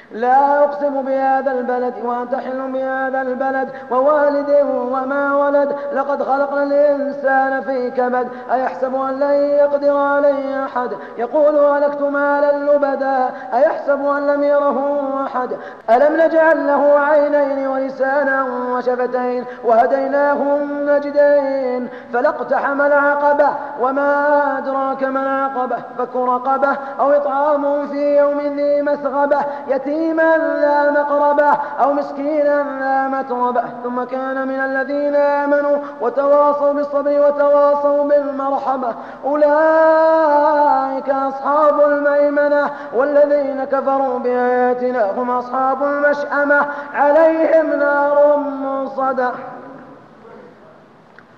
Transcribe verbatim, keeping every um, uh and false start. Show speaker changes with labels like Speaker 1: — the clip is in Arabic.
Speaker 1: لا أقسم بهذا البلد وأنت حل بهذا البلد ووالد وما ولد لقد خلقنا الإنسان في كبد أيحسب أن لن يقدر عليه أحد يقول هلكت مالا لبدا أيحسب أن لم يره أحد ألم نجعل له عينين ولسانا وشفتين وهديناه النجدين فلاقتحم العقبة وما أدراك ما العقبة فك رقبة أو إطعام في يوم ذي مسغبة يتيما ذا مقربة أو مسكينا ذا متربة ثم كان من الذين آمنوا وتواصوا بالصبر وتواصوا بالمرحمة أولئك أصحاب الميمنة والذين كفروا بآياتنا هم أصحاب المشأمة عليهم نار مؤصدة.